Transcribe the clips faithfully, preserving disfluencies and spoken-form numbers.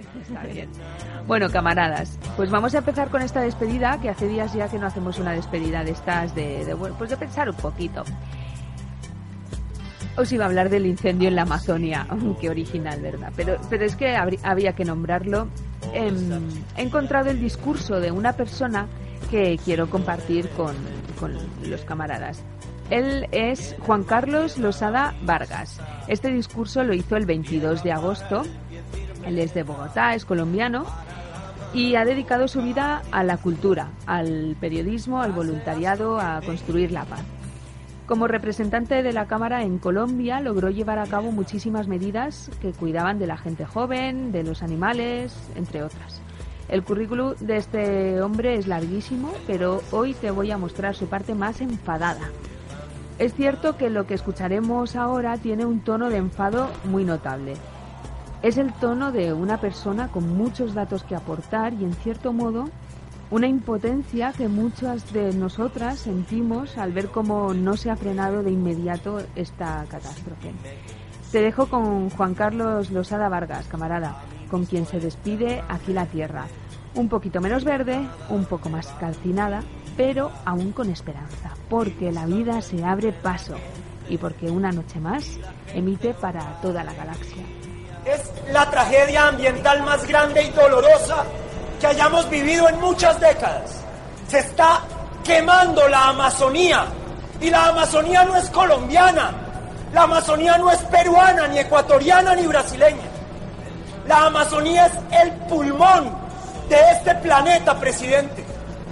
Está bien. Bueno, camaradas, pues vamos a empezar con esta despedida, que hace días ya que no hacemos una despedida de estas, de, de bueno, pues de pensar un poquito. Os iba a hablar del incendio en la Amazonia, qué original, ¿verdad? Pero, pero es que habría, había que nombrarlo. Eh, he encontrado el discurso de una persona que quiero compartir con, con los camaradas. Él es Juan Carlos Losada Vargas. Este discurso lo hizo el veintidós de agosto. Él es de Bogotá, es colombiano y ha dedicado su vida a la cultura, al periodismo, al voluntariado, a construir la paz. Como representante de la Cámara en Colombia, logró llevar a cabo muchísimas medidas que cuidaban de la gente joven, de los animales, entre otras. El currículum de este hombre es larguísimo, pero hoy te voy a mostrar su parte más enfadada. Es cierto que lo que escucharemos ahora tiene un tono de enfado muy notable. Es el tono de una persona con muchos datos que aportar y, en cierto modo, una impotencia que muchas de nosotras sentimos al ver cómo no se ha frenado de inmediato esta catástrofe. Te dejo con Juan Carlos Losada Vargas, camarada, con quien se despide aquí la tierra. Un poquito menos verde, un poco más calcinada, pero aún con esperanza, porque la vida se abre paso y porque una noche más emite para toda la galaxia. Es la tragedia ambiental más grande y dolorosa que hayamos vivido en muchas décadas. Se está quemando la Amazonía, y la Amazonía no es colombiana, la Amazonía no es peruana, ni ecuatoriana, ni brasileña. La Amazonía es el pulmón de este planeta, presidente.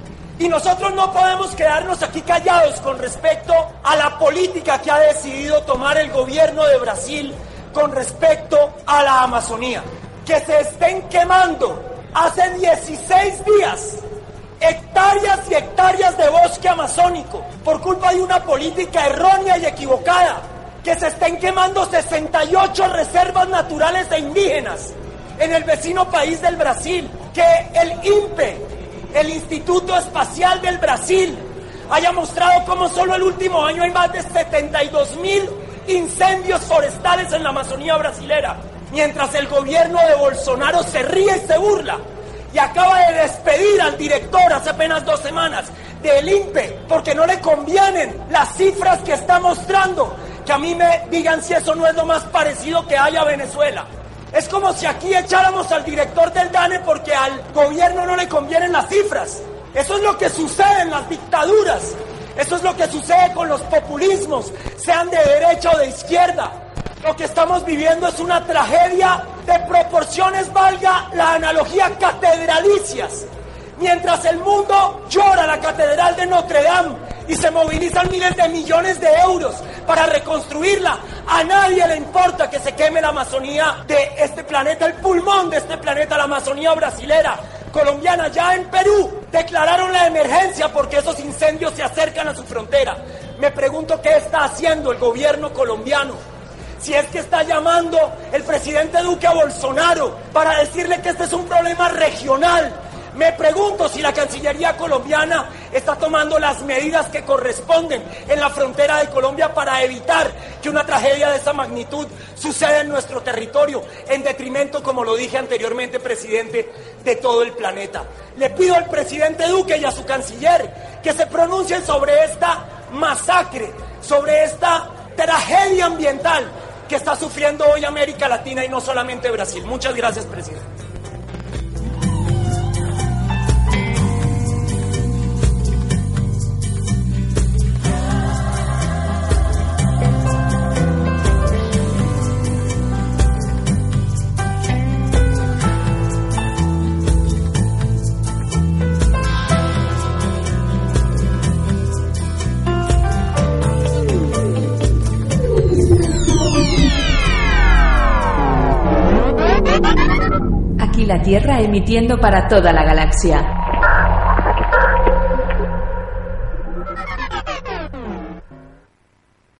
Y nosotros no podemos quedarnos aquí callados con respecto a la política que ha decidido tomar el gobierno de Brasil con respecto a la Amazonía. Que se estén quemando hace dieciséis días hectáreas y hectáreas de bosque amazónico por culpa de una política errónea y equivocada. Que se estén quemando sesenta y ocho reservas naturales e indígenas en el vecino país del Brasil. Que el I N P E, el Instituto Espacial del Brasil, haya mostrado cómo solo el último año hay más de setenta y dos mil incendios forestales en la Amazonía brasilera, mientras el gobierno de Bolsonaro se ríe y se burla y acaba de despedir al director hace apenas dos semanas del I N P E porque no le convienen las cifras que está mostrando. Que a mí me digan si eso no es lo más parecido que hay a Venezuela. Es como si aquí echáramos al director del DANE porque al gobierno no le convienen las cifras. Eso es lo que sucede en las dictaduras. Eso es lo que sucede con los populismos, sean de derecha o de izquierda. Lo que estamos viviendo es una tragedia de proporciones, valga la analogía, catedralicias. Mientras el mundo llora la catedral de Notre Dame y se movilizan miles de millones de euros para reconstruirla, a nadie le importa que se queme la Amazonía de este planeta, el pulmón de este planeta, la Amazonía brasilera, colombiana. Ya en Perú declararon la emergencia porque esos incendios se acercan a su frontera. Me pregunto qué está haciendo el gobierno colombiano. Si es que está llamando el presidente Duque a Bolsonaro para decirle que este es un problema regional. Me pregunto si la Cancillería colombiana está tomando las medidas que corresponden en la frontera de Colombia para evitar que una tragedia de esa magnitud suceda en nuestro territorio, en detrimento, como lo dije anteriormente, presidente, de todo el planeta. Le pido al presidente Duque y a su canciller que se pronuncien sobre esta masacre, sobre esta tragedia ambiental que está sufriendo hoy América Latina y no solamente Brasil. Muchas gracias, presidente. La Tierra emitiendo para toda la galaxia.